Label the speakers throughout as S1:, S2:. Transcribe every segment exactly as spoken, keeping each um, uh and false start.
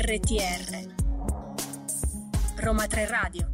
S1: R T R Roma tre Radio.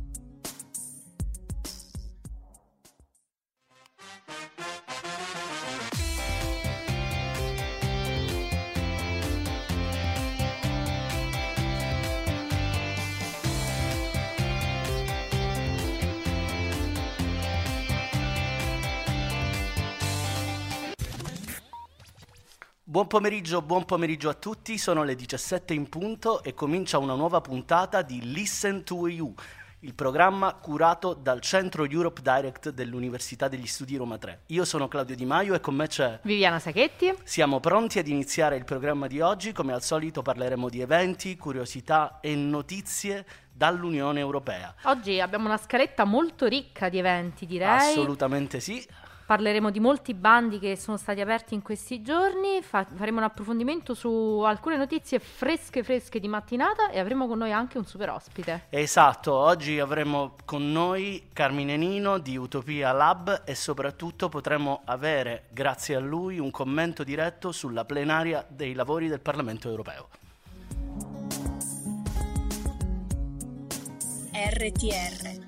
S2: Buon pomeriggio, buon pomeriggio a tutti, sono le diciassette in punto e comincia una nuova puntata di Listen to E U, il programma curato dal Centro Europe Direct dell'Università degli Studi Roma tre. Io sono Claudio Di Maio e con me c'è
S3: Viviana Sacchetti.
S2: Siamo pronti ad iniziare il programma di oggi. Come al solito parleremo di eventi, curiosità e notizie dall'Unione Europea.
S3: Oggi abbiamo una scaletta molto ricca di eventi, direi.
S2: Assolutamente sì.
S3: Parleremo di molti bandi che sono stati aperti in questi giorni, fa- faremo un approfondimento su alcune notizie fresche fresche di mattinata e avremo con noi anche un super ospite.
S2: Esatto, oggi avremo con noi Carmine Nino di Utopia Lab e soprattutto potremo avere, grazie a lui, un commento diretto sulla plenaria dei lavori del Parlamento Europeo.
S1: R T R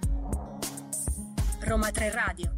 S1: Roma tre Radio.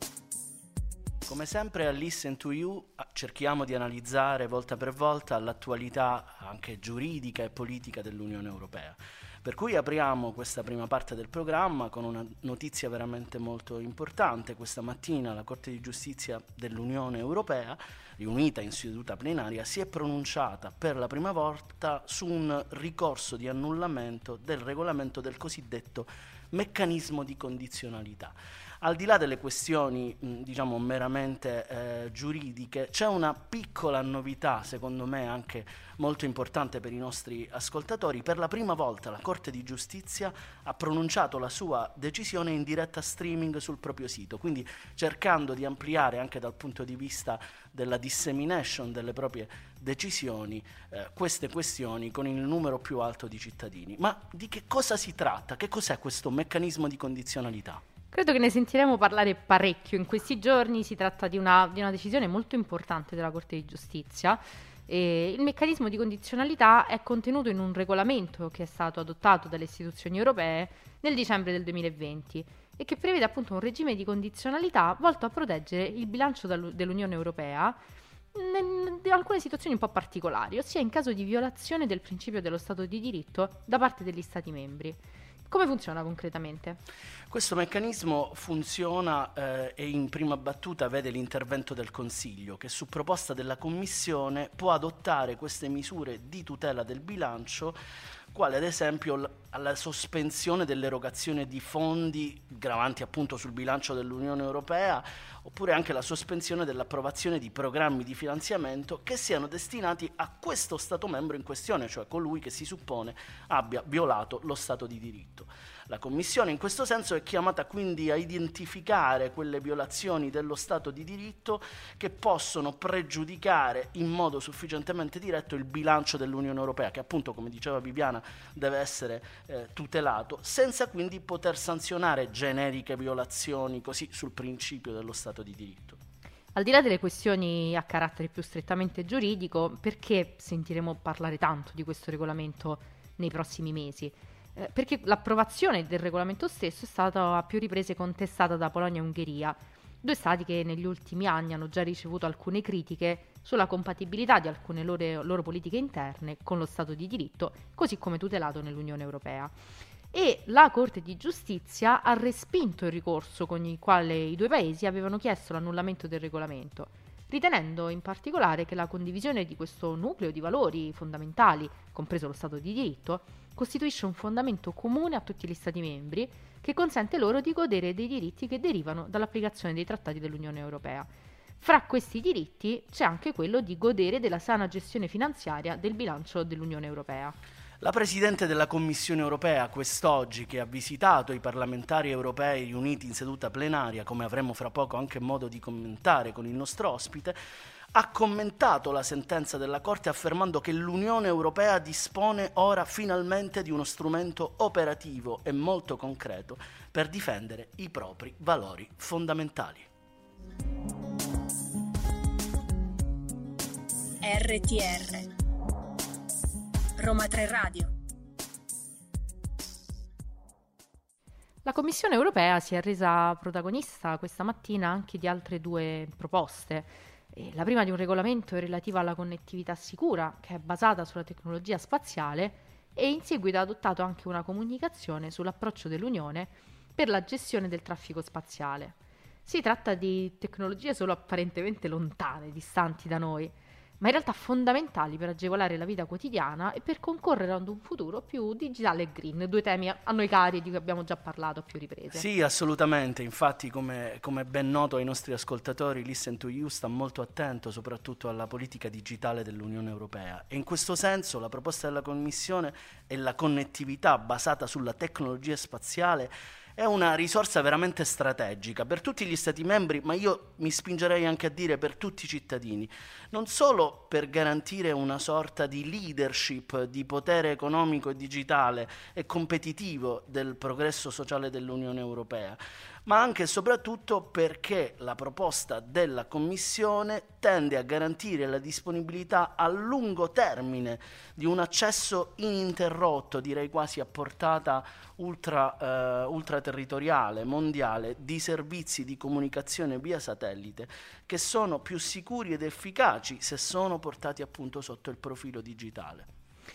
S2: Come sempre a Listen to You cerchiamo di analizzare volta per volta l'attualità anche giuridica e politica dell'Unione Europea. Per cui apriamo questa prima parte del programma con una notizia veramente molto importante. Questa mattina la Corte di Giustizia dell'Unione Europea, riunita in seduta plenaria, si è pronunciata per la prima volta su un ricorso di annullamento del regolamento del cosiddetto meccanismo di condizionalità. Al di là delle questioni, mh, diciamo, meramente eh, giuridiche, c'è una piccola novità, secondo me anche molto importante per i nostri ascoltatori. Per la prima volta la Corte di Giustizia ha pronunciato la sua decisione in diretta streaming sul proprio sito, quindi cercando di ampliare anche dal punto di vista della dissemination delle proprie decisioni eh, queste questioni con il numero più alto di cittadini. Ma di che cosa si tratta? Che cos'è questo meccanismo di condizionalità?
S3: Credo che ne sentiremo parlare parecchio in questi giorni. Si tratta di una, di una decisione molto importante della Corte di Giustizia. E il meccanismo di condizionalità è contenuto in un regolamento che è stato adottato dalle istituzioni europee nel dicembre del duemilaventi e che prevede appunto un regime di condizionalità volto a proteggere il bilancio dell'Unione Europea in alcune situazioni un po' particolari, ossia in caso di violazione del principio dello Stato di diritto da parte degli Stati membri. Come funziona concretamente?
S2: Questo meccanismo funziona eh, e in prima battuta vede l'intervento del Consiglio, che su proposta della Commissione può adottare queste misure di tutela del bilancio, quale ad esempio l- alla sospensione dell'erogazione di fondi gravanti appunto sul bilancio dell'Unione Europea, oppure anche la sospensione dell'approvazione di programmi di finanziamento che siano destinati a questo Stato membro in questione, cioè colui che si suppone abbia violato lo Stato di diritto. La Commissione in questo senso è chiamata quindi a identificare quelle violazioni dello Stato di diritto che possono pregiudicare in modo sufficientemente diretto il bilancio dell'Unione Europea, che appunto, come diceva Viviana, deve essere eh, tutelato, senza quindi poter sanzionare generiche violazioni così sul principio dello Stato di diritto.
S3: Al di là delle questioni a carattere più strettamente giuridico, perché sentiremo parlare tanto di questo regolamento nei prossimi mesi? Eh, perché l'approvazione del regolamento stesso è stata a più riprese contestata da Polonia e Ungheria, due stati che negli ultimi anni hanno già ricevuto alcune critiche sulla compatibilità di alcune loro, loro politiche interne con lo Stato di diritto, così come tutelato nell'Unione Europea. E la Corte di Giustizia ha respinto il ricorso con il quale i due paesi avevano chiesto l'annullamento del regolamento, ritenendo in particolare che la condivisione di questo nucleo di valori fondamentali, compreso lo Stato di diritto, costituisce un fondamento comune a tutti gli Stati membri che consente loro di godere dei diritti che derivano dall'applicazione dei trattati dell'Unione Europea. Fra questi diritti c'è anche quello di godere della sana gestione finanziaria del bilancio dell'Unione Europea.
S2: La Presidente della Commissione Europea quest'oggi, che ha visitato i parlamentari europei riuniti in seduta plenaria, come avremo fra poco anche modo di commentare con il nostro ospite, ha commentato la sentenza della Corte affermando che l'Unione Europea dispone ora finalmente di uno strumento operativo e molto concreto per difendere i propri valori fondamentali.
S1: R T R Roma tre Radio.
S3: La Commissione europea si è resa protagonista questa mattina anche di altre due proposte. Eh, La prima di un regolamento relativa alla connettività sicura, che è basata sulla tecnologia spaziale, e in seguito ha adottato anche una comunicazione sull'approccio dell'Unione per la gestione del traffico spaziale. Si tratta di tecnologie solo apparentemente lontane, distanti da noi, ma in realtà fondamentali per agevolare la vita quotidiana e per concorrere ad un futuro più digitale e green, due temi a a noi cari di cui abbiamo già parlato a più riprese.
S2: Sì, assolutamente. Infatti, come, come ben noto ai nostri ascoltatori, Listen to You sta molto attento soprattutto alla politica digitale dell'Unione Europea. E in questo senso la proposta della Commissione è la connettività basata sulla tecnologia spaziale. È una risorsa veramente strategica per tutti gli Stati membri, ma io mi spingerei anche a dire per tutti i cittadini, non solo per garantire una sorta di leadership, di potere economico e digitale e competitivo del progresso sociale dell'Unione Europea, ma anche e soprattutto perché la proposta della Commissione tende a garantire la disponibilità a lungo termine di un accesso ininterrotto, direi quasi a portata ultra, eh, ultraterritoriale, mondiale, di servizi di comunicazione via satellite che sono più sicuri ed efficaci se sono portati appunto sotto il profilo digitale.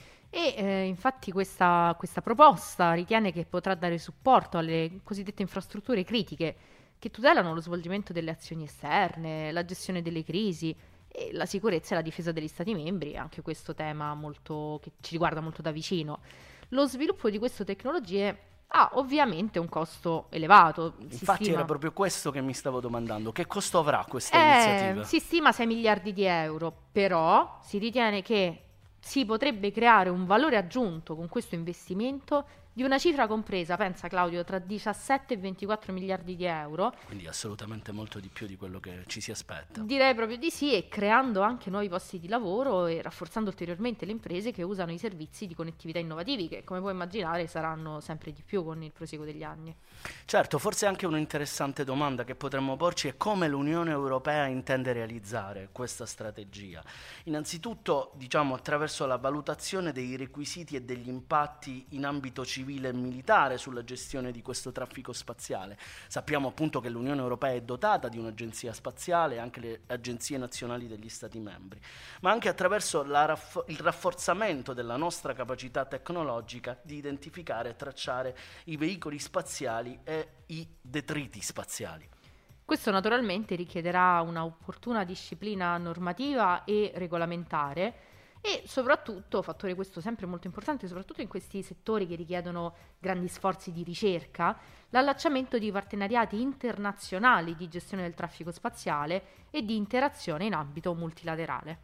S3: E eh, infatti questa, questa proposta ritiene che potrà dare supporto alle cosiddette infrastrutture critiche che tutelano lo svolgimento delle azioni esterne, la gestione delle crisi e la sicurezza e la difesa degli Stati membri, anche questo tema molto, che ci riguarda molto da vicino. Lo sviluppo di queste tecnologie ha ovviamente un costo elevato. Si
S2: Infatti
S3: stima-
S2: era proprio questo che mi stavo domandando, che costo avrà questa
S3: Eh,
S2: iniziativa?
S3: si stima sei miliardi di euro, però si ritiene che si potrebbe creare un valore aggiunto con questo investimento di una cifra compresa, pensa Claudio, tra diciassette e ventiquattro miliardi di euro.
S2: Quindi assolutamente molto di più di quello che ci si aspetta.
S3: Direi proprio di sì, e creando anche nuovi posti di lavoro e rafforzando ulteriormente le imprese che usano i servizi di connettività innovativi, che come puoi immaginare saranno sempre di più con il proseguo degli anni.
S2: Certo, forse anche un'interessante domanda che potremmo porci è come l'Unione Europea intende realizzare questa strategia. Innanzitutto, diciamo, attraverso la valutazione dei requisiti e degli impatti in ambito civile e militare sulla gestione di questo traffico spaziale. Sappiamo appunto che l'Unione Europea è dotata di un'agenzia spaziale e anche le agenzie nazionali degli Stati membri, ma anche attraverso la raff- il rafforzamento della nostra capacità tecnologica di identificare e tracciare i veicoli spaziali e i detriti spaziali.
S3: Questo naturalmente richiederà una opportuna disciplina normativa e regolamentare e soprattutto, fattore questo sempre molto importante, soprattutto in questi settori che richiedono grandi sforzi di ricerca, l'allacciamento di partenariati internazionali di gestione del traffico spaziale e di interazione in ambito multilaterale.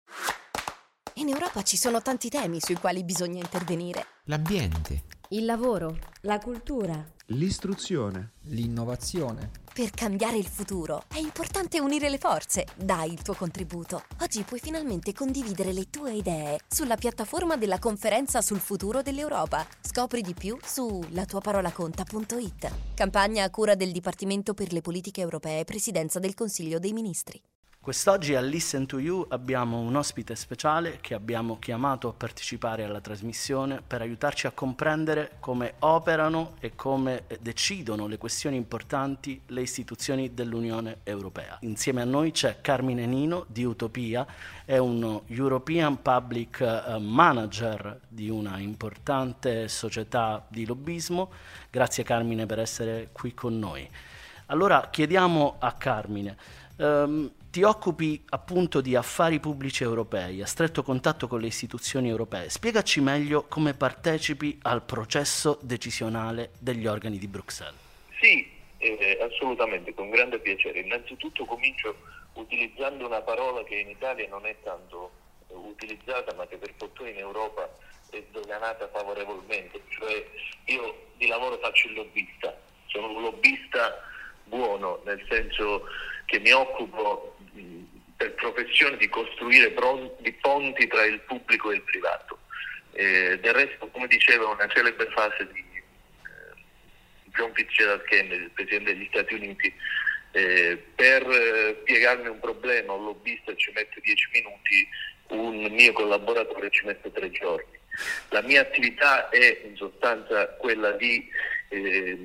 S4: In Europa ci sono tanti temi sui quali bisogna intervenire.
S5: L'ambiente,
S6: Il lavoro, la cultura.
S7: L'istruzione.
S5: l'innovazione.
S4: Per cambiare il futuro è importante unire le forze. Dai il tuo contributo. Oggi puoi finalmente condividere le tue idee sulla piattaforma della conferenza sul futuro dell'Europa. Scopri di più su la tua parola conta punto it. Campagna a cura del Dipartimento per le Politiche Europee, Presidenza del Consiglio dei Ministri.
S2: Quest'oggi a Listen to You abbiamo un ospite speciale che abbiamo chiamato a partecipare alla trasmissione per aiutarci a comprendere come operano e come decidono le questioni importanti le istituzioni dell'Unione Europea. Insieme a noi c'è Carmine Nino di Utopia, è uno European Public Manager di una importante società di lobbismo. Grazie Carmine per essere qui con noi. Allora chiediamo a Carmine, um, ti occupi appunto di affari pubblici europei, a stretto contatto con le istituzioni europee. Spiegaci meglio come partecipi al processo decisionale degli organi di Bruxelles.
S8: Sì, eh, assolutamente, con grande piacere. Innanzitutto comincio utilizzando una parola che in Italia non è tanto eh, utilizzata, ma che per fortuna in Europa è sdoganata favorevolmente. Cioè io di lavoro faccio il lobbista, sono un lobbista buono, nel senso che mi occupo mh, per professione di costruire pron- di ponti tra il pubblico e il privato. Eh, del resto, come diceva una celebre frase di eh, John Fitzgerald Kennedy, il Presidente degli Stati Uniti, eh, per eh, spiegarmi un problema un lobbista ci mette dieci minuti, un mio collaboratore ci mette tre giorni. La mia attività è in sostanza quella di eh,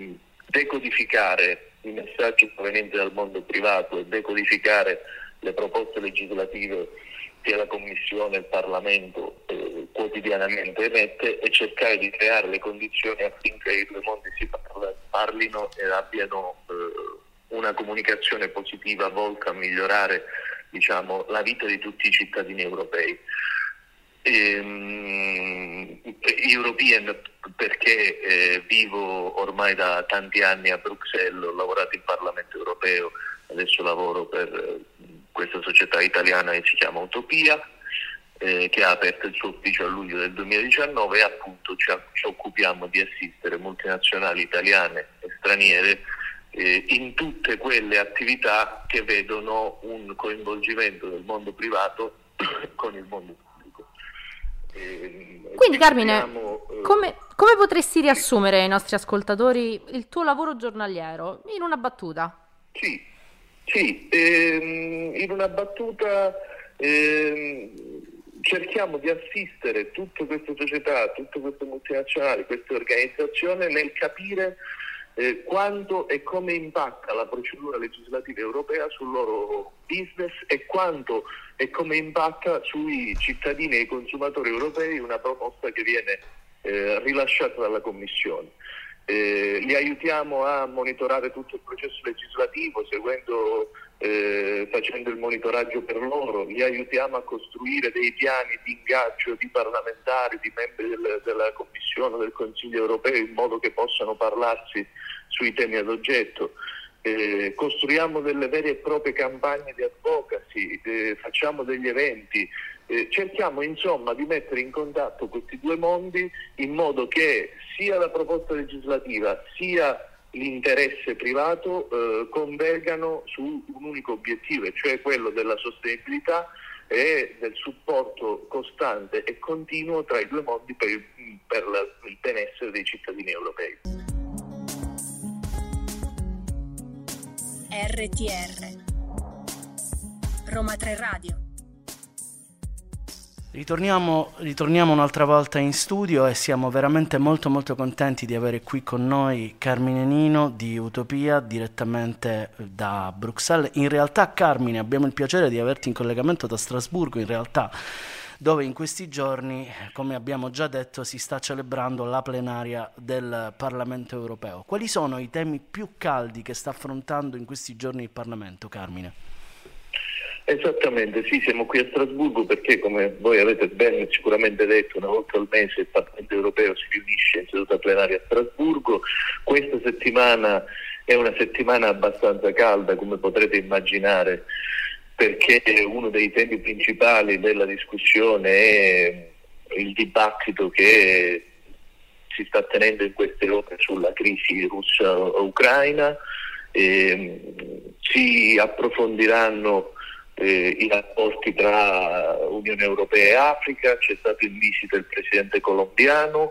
S8: decodificare i messaggi provenienti dal mondo privato e decodificare le proposte legislative che la Commissione e il Parlamento eh, quotidianamente emette e cercare di creare le condizioni affinché i due mondi si parlino e abbiano eh, una comunicazione positiva volta a migliorare, diciamo, la vita di tutti i cittadini europei. Ehm, European perché eh, vivo ormai da tanti anni a Bruxelles, ho lavorato in Parlamento europeo, adesso lavoro per eh, questa società italiana che si chiama Utopia, eh, che ha aperto il suo ufficio a luglio del duemiladiciannove, e appunto ci, ci occupiamo di assistere multinazionali italiane e straniere eh, in tutte quelle attività che vedono un coinvolgimento del mondo privato con il mondo pubblico. Eh,
S3: Quindi Carmine,
S8: abbiamo, eh,
S3: come, come potresti riassumere ai nostri ascoltatori il tuo lavoro giornaliero in una battuta?
S8: Sì, sì ehm, in una battuta ehm, cerchiamo di assistere tutte queste società, tutte queste multinazionali, queste organizzazioni nel capire eh, quanto e come impatta la procedura legislativa europea sul loro business e quanto e come impatta sui cittadini e i consumatori europei una proposta che viene eh, rilasciata dalla Commissione. Eh, li aiutiamo a monitorare tutto il processo legislativo, seguendo, eh, facendo il monitoraggio per loro, li aiutiamo a costruire dei piani di ingaggio di parlamentari, di membri del, della Commissione, del Consiglio europeo, in modo che possano parlarsi sui temi ad oggetto. Eh, costruiamo delle vere e proprie campagne di advocacy, eh, facciamo degli eventi, eh, cerchiamo insomma di mettere in contatto questi due mondi in modo che sia la proposta legislativa sia l'interesse privato eh, convergano su un unico obiettivo, cioè quello della sostenibilità e del supporto costante e continuo tra i due mondi per il, per la, il benessere dei cittadini europei.
S1: R T R Roma tre Radio.
S2: Ritorniamo, ritorniamo un'altra volta in studio e siamo veramente molto molto contenti di avere qui con noi Carmine Nino di Utopia direttamente da Bruxelles. In realtà, Carmine, abbiamo il piacere di averti in collegamento da Strasburgo, in realtà, dove in questi giorni, come abbiamo già detto, si sta celebrando la plenaria del Parlamento europeo. Quali sono i temi più caldi che sta affrontando in questi giorni il Parlamento, Carmine?
S8: Esattamente, sì, siamo qui a Strasburgo perché, come voi avete ben sicuramente detto, una volta al mese il Parlamento europeo si riunisce in seduta plenaria a Strasburgo. Questa settimana è una settimana abbastanza calda, come potrete immaginare, perché uno dei temi principali della discussione è il dibattito che si sta tenendo in queste ore sulla crisi russa-ucraina. E si approfondiranno eh, i rapporti tra Unione Europea e Africa, c'è stato in visita il presidente colombiano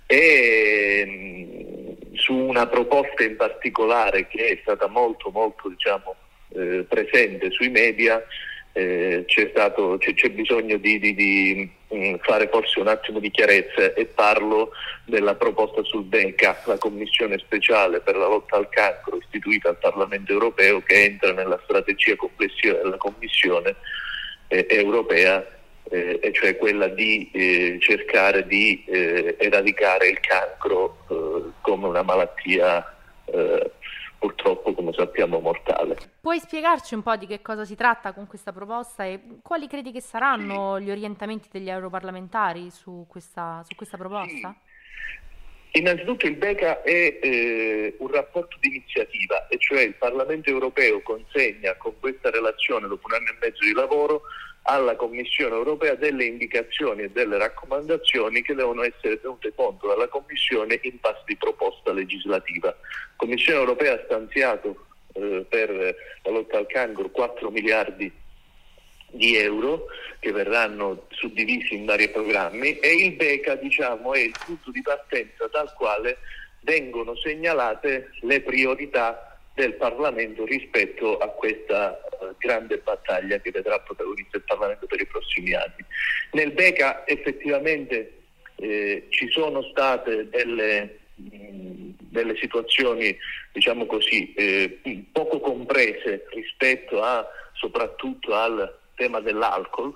S8: e mh, su una proposta in particolare che è stata molto molto diciamo eh, presente sui media eh, c'è stato c'è, c'è bisogno di, di, di mh, fare forse un attimo di chiarezza, e parlo della proposta sul B E C A, la commissione speciale per la lotta al cancro istituita al Parlamento europeo, che entra nella strategia complessiva della Commissione eh, europea, eh, e cioè quella di eh, cercare di eh, eradicare il cancro eh, come una malattia eh, purtroppo, come sappiamo, mortale.
S3: Puoi spiegarci un po' di che cosa si tratta con questa proposta e quali credi che saranno gli orientamenti degli europarlamentari su questa, su questa proposta?
S8: Sì. Innanzitutto il B E C A è eh, un rapporto di iniziativa, e cioè il Parlamento europeo consegna con questa relazione, dopo un anno e mezzo di lavoro, alla Commissione europea delle indicazioni e delle raccomandazioni che devono essere tenute conto dalla Commissione in fase di proposta legislativa. La Commissione europea ha stanziato eh, per la lotta al cancro quattro miliardi di euro che verranno suddivisi in vari programmi, e il B E C A diciamo è il punto di partenza dal quale vengono segnalate le priorità del Parlamento rispetto a questa uh, grande battaglia che vedrà protagonista il Parlamento per i prossimi anni. Nel B E C A effettivamente eh, ci sono state delle, mh, delle situazioni, diciamo così, eh, poco comprese rispetto a soprattutto al tema dell'alcol.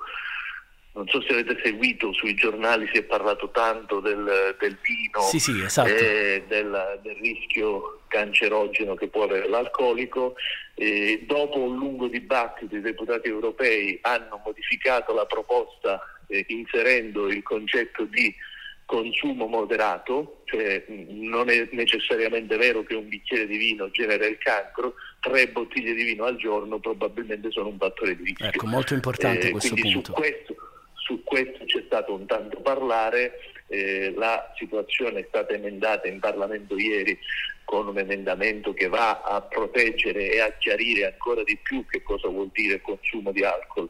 S8: Non so se avete seguito, sui giornali si è parlato tanto del, del vino,
S2: sì, sì, esatto.
S8: e del, del rischio cancerogeno che può avere l'alcolico. E dopo un lungo dibattito i deputati europei hanno modificato la proposta eh, inserendo il concetto di consumo moderato, cioè non è necessariamente vero che un bicchiere di vino genera il cancro, tre bottiglie di vino al giorno probabilmente sono un fattore di rischio.
S2: Ecco, molto importante eh, questo punto.
S8: Su questo, su questo c'è stato un tanto parlare, eh, la situazione è stata emendata in Parlamento ieri con un emendamento che va a proteggere e a chiarire ancora di più che cosa vuol dire consumo di alcol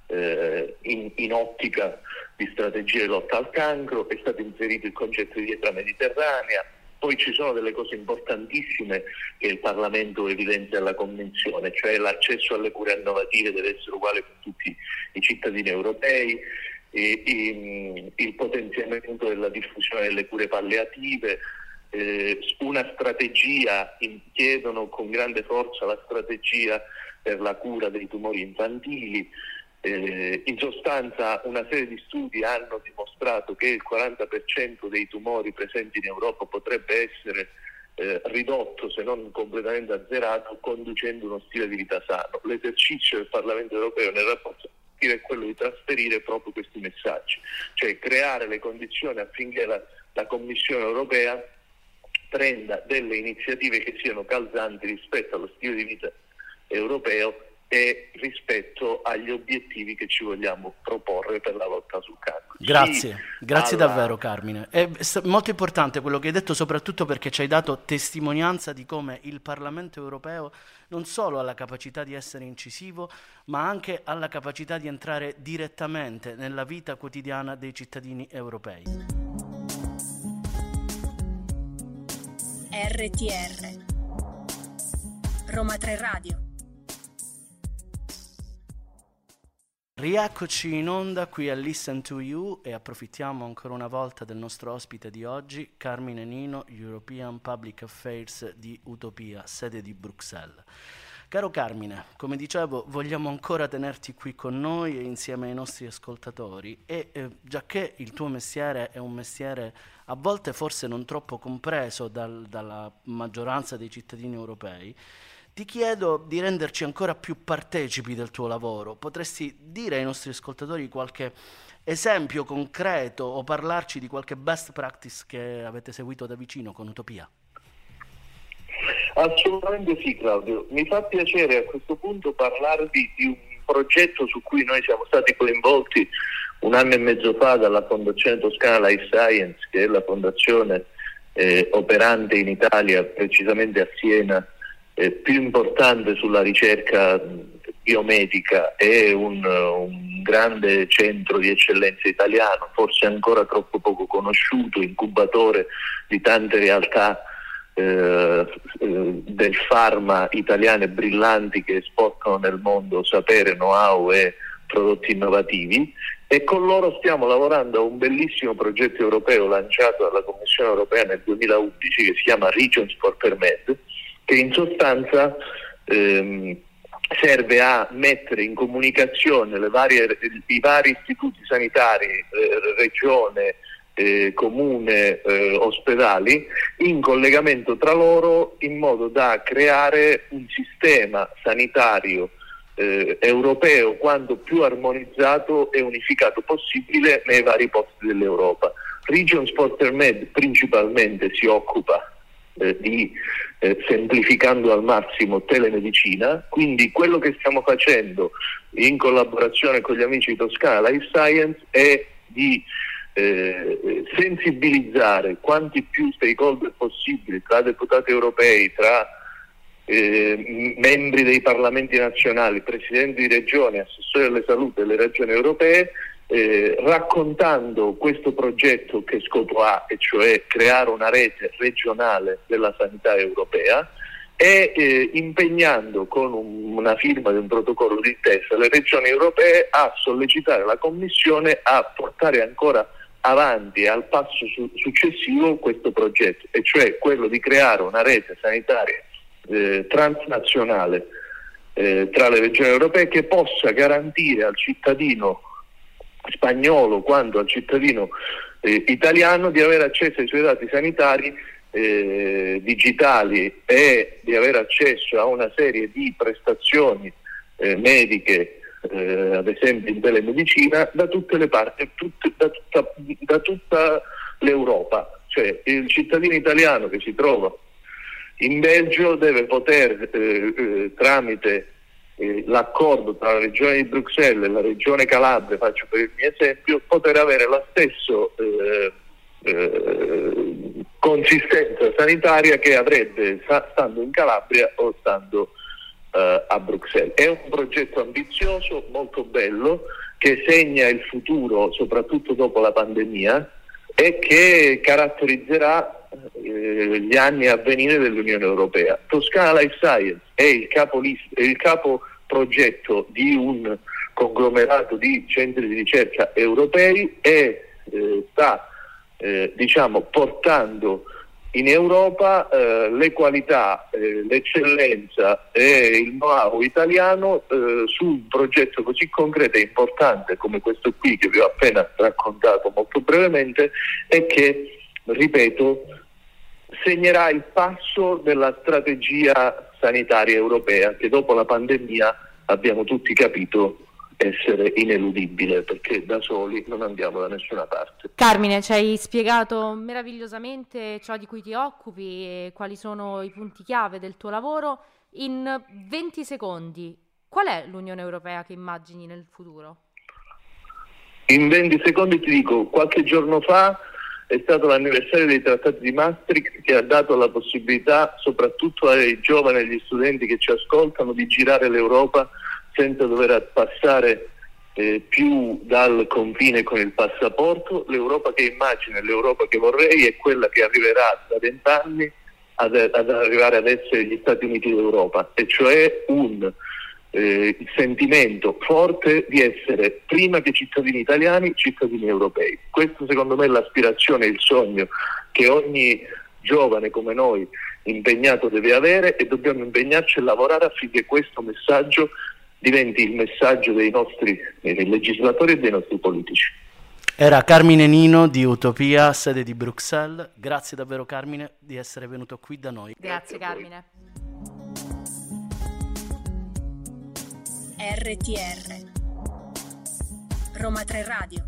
S8: eh, in, in ottica di strategie di lotta al cancro. È stato inserito il concetto di dieta mediterranea. Poi ci sono delle cose importantissime che il Parlamento evidenzia alla Convenzione, cioè l'accesso alle cure innovative deve essere uguale per tutti i cittadini europei, e, e, il potenziamento della diffusione delle cure palliative, eh, una strategia, chiedono con grande forza la strategia per la cura dei tumori infantili. Eh, in sostanza una serie di studi hanno dimostrato che il quaranta per cento dei tumori presenti in Europa potrebbe essere eh, ridotto, se non completamente azzerato, conducendo uno stile di vita sano. L'esercizio del Parlamento europeo nel rapporto è quello di trasferire proprio questi messaggi, cioè creare le condizioni affinché la, la Commissione europea prenda delle iniziative che siano calzanti rispetto allo stile di vita europeo e rispetto agli obiettivi che ci vogliamo proporre per la lotta sul cancro.
S2: Grazie,
S8: sì,
S2: grazie
S8: alla...
S2: davvero Carmine. È molto importante quello che hai detto, soprattutto perché ci hai dato testimonianza di come il Parlamento europeo non solo ha la capacità di essere incisivo, ma anche ha la capacità di entrare direttamente nella vita quotidiana dei cittadini europei.
S1: R T R Roma tre Radio.
S2: Rieccoci in onda qui a Listen to You e approfittiamo ancora una volta del nostro ospite di oggi, Carmine Nino, European Public Affairs di Utopia, sede di Bruxelles. Caro Carmine, come dicevo, vogliamo ancora tenerti qui con noi e insieme ai nostri ascoltatori e eh, giacché il tuo mestiere è un mestiere a volte forse non troppo compreso dal, dalla maggioranza dei cittadini europei, ti chiedo di renderci ancora più partecipi del tuo lavoro. Potresti dire ai nostri ascoltatori qualche esempio concreto o parlarci di qualche best practice che avete seguito da vicino con Utopia?
S8: Assolutamente sì, Claudio. Mi fa piacere a questo punto parlarvi di un progetto su cui noi siamo stati coinvolti un anno e mezzo fa dalla Fondazione Toscana Life Science, che è la fondazione eh, operante in Italia, precisamente a Siena, eh, più importante sulla ricerca biomedica, è un, un grande centro di eccellenza italiano, forse ancora troppo poco conosciuto, incubatore di tante realtà eh, del pharma italiane brillanti che esportano nel mondo sapere, know-how e prodotti innovativi, e con loro stiamo lavorando a un bellissimo progetto europeo lanciato dalla Commissione europea nel duemilaundici che si chiama Regions for PerMed, che in sostanza ehm, serve a mettere in comunicazione le varie, i vari istituti sanitari, eh, regione, eh, comune, eh, ospedali, in collegamento tra loro in modo da creare un sistema sanitario eh, europeo quanto più armonizzato e unificato possibile nei vari posti dell'Europa. Regions for PerMed principalmente si occupa eh, di eh, semplificando al massimo telemedicina, quindi quello che stiamo facendo in collaborazione con gli amici di Toscana Life Science è di eh, sensibilizzare quanti più stakeholder possibili, tra deputati europei, tra eh, membri dei parlamenti nazionali, presidenti di regioni, assessori alle salute delle regioni europee, Eh, raccontando questo progetto che scopo ha, e cioè creare una rete regionale della sanità europea, e eh, impegnando con un, una firma di un protocollo di intesa le regioni europee a sollecitare la Commissione a portare ancora avanti al passo su- successivo questo progetto, e cioè quello di creare una rete sanitaria eh, transnazionale eh, tra le regioni europee che possa garantire al cittadino spagnolo quanto al cittadino eh, italiano di avere accesso ai suoi dati sanitari eh, digitali e di avere accesso a una serie di prestazioni eh, mediche, eh, ad esempio in telemedicina, da tutte le parti, tutte, da, tutta, da tutta l'Europa. Cioè il cittadino italiano che si trova in Belgio deve poter eh, eh, tramite eh, l'accordo tra la regione di Bruxelles e la regione Calabria, faccio per il mio esempio, poter avere la stessa eh, eh, consistenza sanitaria che avrebbe sta, stando in Calabria o stando eh, a Bruxelles. È un progetto ambizioso, molto bello, che segna il futuro soprattutto dopo la pandemia e che caratterizzerà eh, gli anni a venire dell'Unione Europea. Toscana Life Science è il capo, è il capo progetto di un conglomerato di centri di ricerca europei e eh, sta eh, diciamo portando in Europa eh, le qualità, eh, l'eccellenza e il know-how italiano eh, su un progetto così concreto e importante come questo qui che vi ho appena raccontato molto brevemente e che, ripeto, segnerà il passo della strategia sanitaria europea che dopo la pandemia abbiamo tutti capito essere ineludibile, perché da soli non andiamo da nessuna parte.
S3: Carmine, ci hai spiegato meravigliosamente ciò di cui ti occupi e quali sono i punti chiave del tuo lavoro. In venti secondi, qual è l'Unione Europea che immagini nel futuro?
S8: In venti secondi ti dico, qualche giorno fa è stato l'anniversario dei trattati di Maastricht, che ha dato la possibilità soprattutto ai giovani e agli studenti che ci ascoltano di girare l'Europa senza dover passare eh, più dal confine con il passaporto. L'Europa che immagino e l'Europa che vorrei è quella che arriverà da vent'anni ad, ad arrivare ad essere gli Stati Uniti d'Europa, e cioè un eh, sentimento forte di essere prima che cittadini italiani, cittadini europei. Questo secondo me è l'aspirazione e il sogno che ogni giovane come noi impegnato deve avere, e dobbiamo impegnarci a lavorare affinché questo messaggio diventi il messaggio dei nostri dei legislatori e dei nostri politici.
S2: Era Carmine Nino di Utopia, sede di Bruxelles. Grazie davvero Carmine di essere venuto qui da noi.
S3: Grazie, Grazie Carmine.
S1: R T R Roma tre Radio.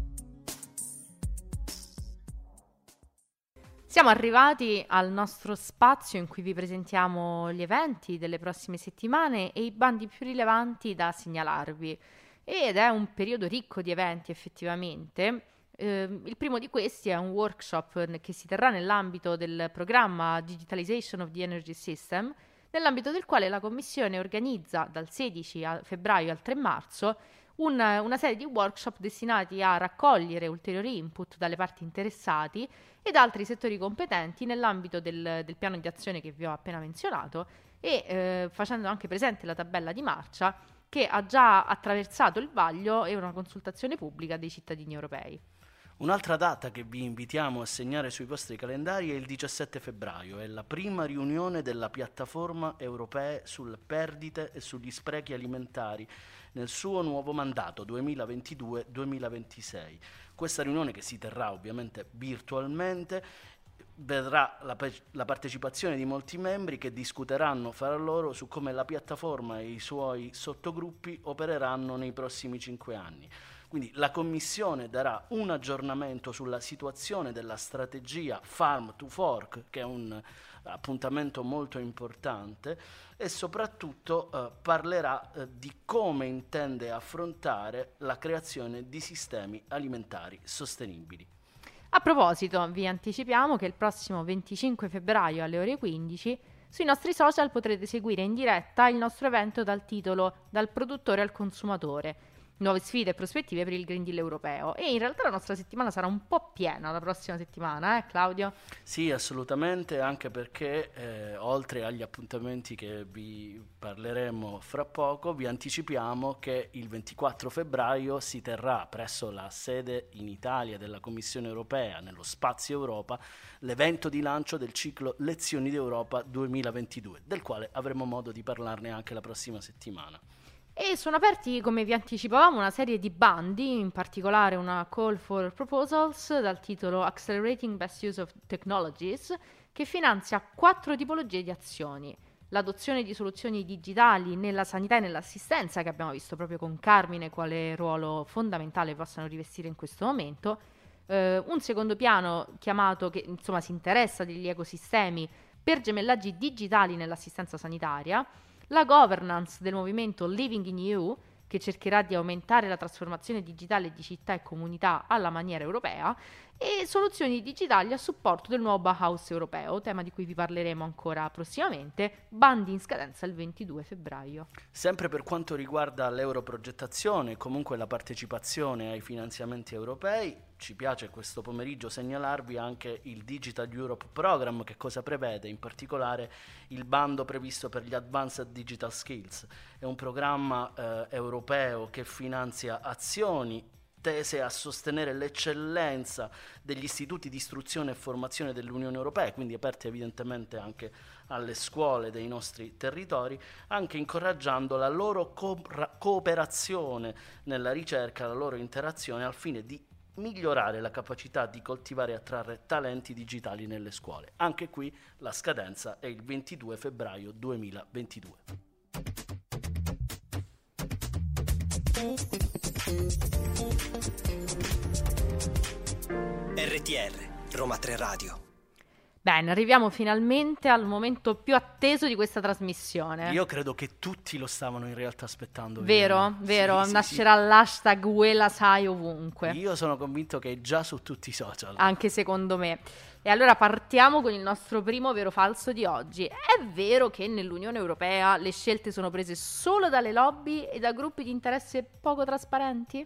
S3: Siamo arrivati al nostro spazio in cui vi presentiamo gli eventi delle prossime settimane e i bandi più rilevanti da segnalarvi. Ed è un periodo ricco di eventi effettivamente. Eh, il primo di questi è un workshop che si terrà nell'ambito del programma Digitalization of the Energy System, nell'ambito del quale la Commissione organizza dal sedici febbraio al tre marzo una, una serie di workshop destinati a raccogliere ulteriori input dalle parti interessati ed altri settori competenti nell'ambito del, del piano di azione che vi ho appena menzionato e eh, facendo anche presente la tabella di marcia che ha già attraversato il vaglio e una consultazione pubblica dei cittadini europei.
S2: Un'altra data che vi invitiamo a segnare sui vostri calendari è il diciassette febbraio, è la prima riunione della piattaforma europea sulle perdite e sugli sprechi alimentari nel suo nuovo mandato duemilaventidue duemilaventisei. Questa riunione, che si terrà ovviamente virtualmente, vedrà la, pe- la partecipazione di molti membri che discuteranno fra loro su come la piattaforma e i suoi sottogruppi opereranno nei prossimi cinque anni. Quindi la Commissione darà un aggiornamento sulla situazione della strategia Farm to Fork, che è un appuntamento molto importante, e soprattutto eh, parlerà eh, di come intende affrontare la creazione di sistemi alimentari sostenibili.
S3: A proposito, vi anticipiamo che il prossimo venticinque febbraio alle ore quindici sui nostri social potrete seguire in diretta il nostro evento dal titolo Dal produttore al consumatore, nuove sfide e prospettive per il Green Deal europeo. E in realtà la nostra settimana sarà un po' piena la prossima settimana, eh Claudio?
S2: Sì, assolutamente, anche perché eh, oltre agli appuntamenti che vi parleremo fra poco, vi anticipiamo che il ventiquattro febbraio si terrà presso la sede in Italia della Commissione europea, nello Spazio Europa, l'evento di lancio del ciclo Lezioni d'Europa duemilaventidue, del quale avremo modo di parlarne anche la prossima settimana.
S3: E sono aperti, come vi anticipavamo, una serie di bandi, in particolare una call for proposals dal titolo Accelerating Best Use of Technologies, che finanzia quattro tipologie di azioni. L'adozione di soluzioni digitali nella sanità e nell'assistenza, che abbiamo visto proprio con Carmine quale ruolo fondamentale possano rivestire in questo momento. Uh, un secondo piano chiamato, che insomma si interessa degli ecosistemi per gemellaggi digitali nell'assistenza sanitaria. La governance del movimento Living in E U, che cercherà di aumentare la trasformazione digitale di città e comunità alla maniera europea, e soluzioni digitali a supporto del nuovo Bauhaus europeo, tema di cui vi parleremo ancora prossimamente, bandi in scadenza il ventidue febbraio.
S2: Sempre per quanto riguarda l'europrogettazione e comunque la partecipazione ai finanziamenti europei, ci piace questo pomeriggio segnalarvi anche il Digital Europe Program, che cosa prevede, in particolare il bando previsto per gli Advanced Digital Skills. È un programma eh, europeo che finanzia azioni tese a sostenere l'eccellenza degli istituti di istruzione e formazione dell'Unione Europea, quindi aperti evidentemente anche alle scuole dei nostri territori, anche incoraggiando la loro co- cooperazione nella ricerca, la loro interazione al fine di migliorare la capacità di coltivare e attrarre talenti digitali nelle scuole. Anche qui la scadenza è il ventidue febbraio duemilaventidue.
S7: R T R, Roma tre Radio.
S3: Bene, arriviamo finalmente al momento più atteso di questa trasmissione.
S2: Io credo che tutti lo stavano in realtà aspettando.
S3: Vero, vero,
S2: sì,
S3: nascerà
S2: sì, sì.
S3: l'hashtag Uela sai ovunque.
S2: Io sono convinto che è già su tutti i social.
S3: Anche secondo me. E allora partiamo con il nostro primo vero o falso di oggi. È vero che nell'Unione Europea le scelte sono prese solo dalle lobby e da gruppi di interesse poco trasparenti?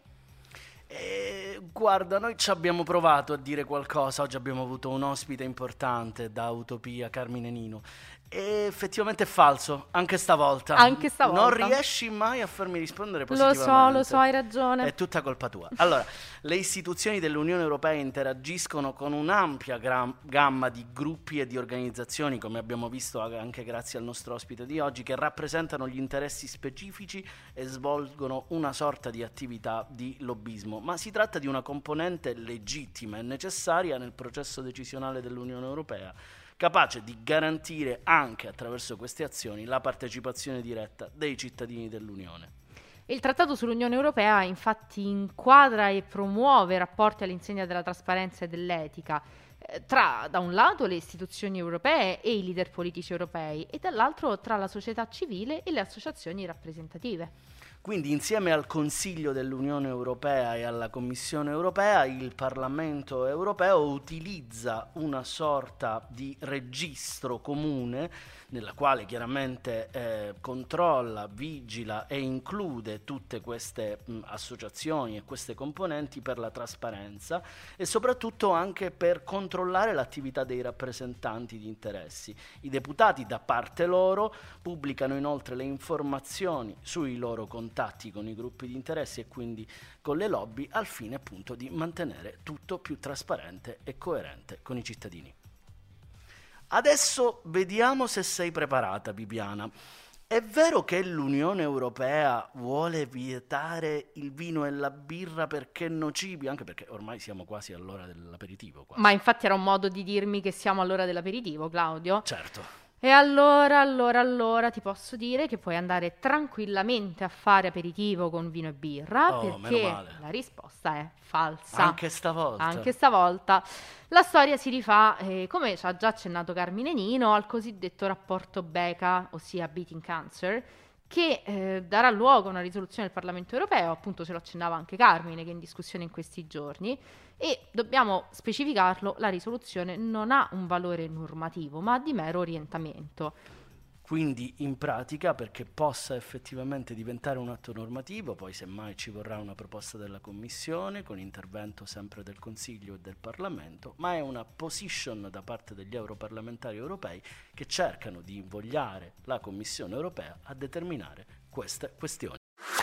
S2: Eh, guarda, noi ci abbiamo provato a dire qualcosa. Oggi abbiamo avuto un ospite importante da Utopia, Carmine Nino. E effettivamente è falso, anche stavolta.
S3: Anche stavolta.
S2: Non riesci mai a farmi rispondere
S3: Lo
S2: positivamente.
S3: so, lo so, hai ragione.
S2: È tutta colpa tua. Allora, le istituzioni dell'Unione Europea interagiscono con un'ampia gram- gamma di gruppi e di organizzazioni, come abbiamo visto anche grazie al nostro ospite di oggi, che rappresentano gli interessi specifici e svolgono una sorta di attività di lobbismo. Ma si tratta di una componente legittima e necessaria nel processo decisionale dell'Unione Europea, capace di garantire anche attraverso queste azioni la partecipazione diretta dei cittadini dell'Unione.
S3: Il Trattato sull'Unione Europea infatti inquadra e promuove rapporti all'insegna della trasparenza e dell'etica eh, tra, da un lato, le istituzioni europee e i leader politici europei e dall'altro tra la società civile e le associazioni rappresentative.
S2: Quindi insieme al Consiglio dell'Unione Europea e alla Commissione Europea il Parlamento Europeo utilizza una sorta di registro comune nella quale chiaramente eh, controlla, vigila e include tutte queste mh, associazioni e queste componenti per la trasparenza e soprattutto anche per controllare l'attività dei rappresentanti di interessi. I deputati da parte loro pubblicano inoltre le informazioni sui loro contatti con i gruppi di interessi e quindi con le lobby al fine appunto di mantenere tutto più trasparente e coerente con i cittadini. Adesso vediamo se sei preparata, Bibiana. È vero che l'Unione Europea vuole vietare il vino e la birra perché nocivi, anche perché ormai siamo quasi all'ora dell'aperitivo. Quasi.
S3: Ma infatti era un modo di dirmi che siamo all'ora dell'aperitivo, Claudio.
S2: Certo.
S3: E allora, allora, allora ti posso dire che puoi andare tranquillamente a fare aperitivo con vino e birra,
S2: Oh,
S3: perché
S2: meno male.
S3: la risposta è falsa.
S2: Anche stavolta.
S3: Anche stavolta. La storia si rifà, eh, come ci ha già accennato Carmine Nino, al cosiddetto rapporto BECA, ossia Beating Cancer, che eh, darà luogo a una risoluzione del Parlamento Europeo, appunto ce lo accennava anche Carmine, che è in discussione in questi giorni, e dobbiamo specificarlo, la risoluzione non ha un valore normativo, ma di mero orientamento.
S2: Quindi in pratica, perché possa effettivamente diventare un atto normativo, poi semmai ci vorrà una proposta della Commissione con intervento sempre del Consiglio e del Parlamento, ma è una position da parte degli europarlamentari europei che cercano di invogliare la Commissione europea a determinare queste questioni.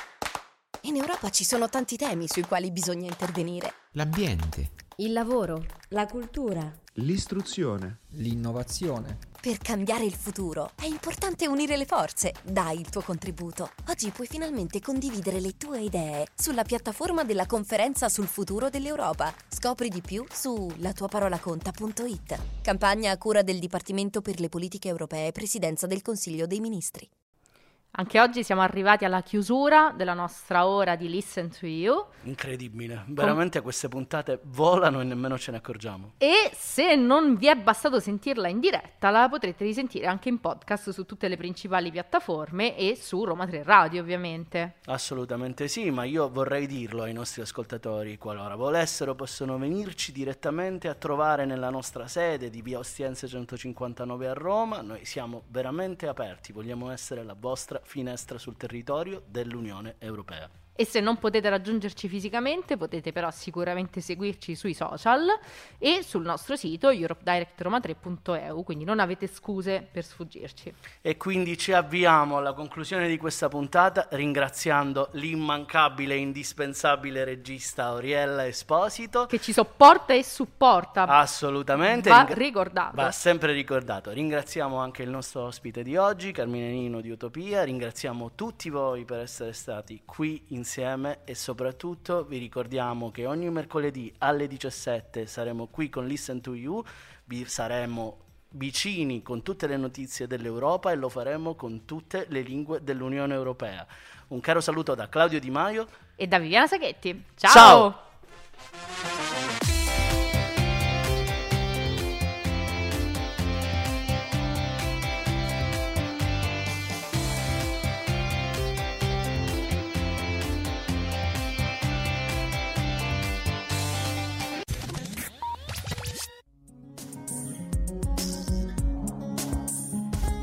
S4: In Europa ci sono tanti temi sui quali bisogna intervenire.
S5: L'ambiente.
S6: Il lavoro. La cultura.
S9: L'istruzione.
S5: L'innovazione.
S4: Per cambiare il futuro è importante unire le forze. Dai il tuo contributo. Oggi puoi finalmente condividere le tue idee sulla piattaforma della Conferenza sul futuro dell'Europa. Scopri di più su la tua parola conta punto it. Campagna a cura del Dipartimento per le Politiche Europee, Presidenza del Consiglio dei Ministri.
S3: Anche oggi siamo arrivati alla chiusura della nostra ora di Listen to You.
S2: Incredibile, veramente Com- queste puntate volano e nemmeno ce ne accorgiamo.
S3: E se non vi è bastato sentirla in diretta, la potrete risentire anche in podcast su tutte le principali piattaforme e su Roma tre Radio, ovviamente.
S2: Assolutamente sì, ma io vorrei dirlo ai nostri ascoltatori: qualora volessero possono venirci direttamente a trovare nella nostra sede di via Ostiense centocinquantanove a Roma. Noi siamo veramente aperti, vogliamo essere la vostra finestra sul territorio dell'Unione Europea.
S3: E se non potete raggiungerci fisicamente, potete però sicuramente seguirci sui social e sul nostro sito europe direct roma tre punto e u, quindi non avete scuse per sfuggirci.
S2: E quindi ci avviamo alla conclusione di questa puntata ringraziando l'immancabile e indispensabile regista Auriella Esposito,
S3: che ci sopporta e supporta.
S2: Assolutamente.
S3: Va
S2: Ringra-
S3: ricordato.
S2: Va sempre ricordato. Ringraziamo anche il nostro ospite di oggi, Carmine Nino di Utopia. Ringraziamo tutti voi per essere stati qui insieme e soprattutto vi ricordiamo che ogni mercoledì alle diciassette saremo qui con Listen to You, vi saremo vicini con tutte le notizie dell'Europa e lo faremo con tutte le lingue dell'Unione Europea. Un caro saluto da Claudio Di Maio
S3: e da Viviana Sacchetti. Ciao!
S2: Ciao!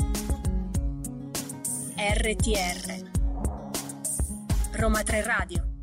S1: R T R Roma tre Radio.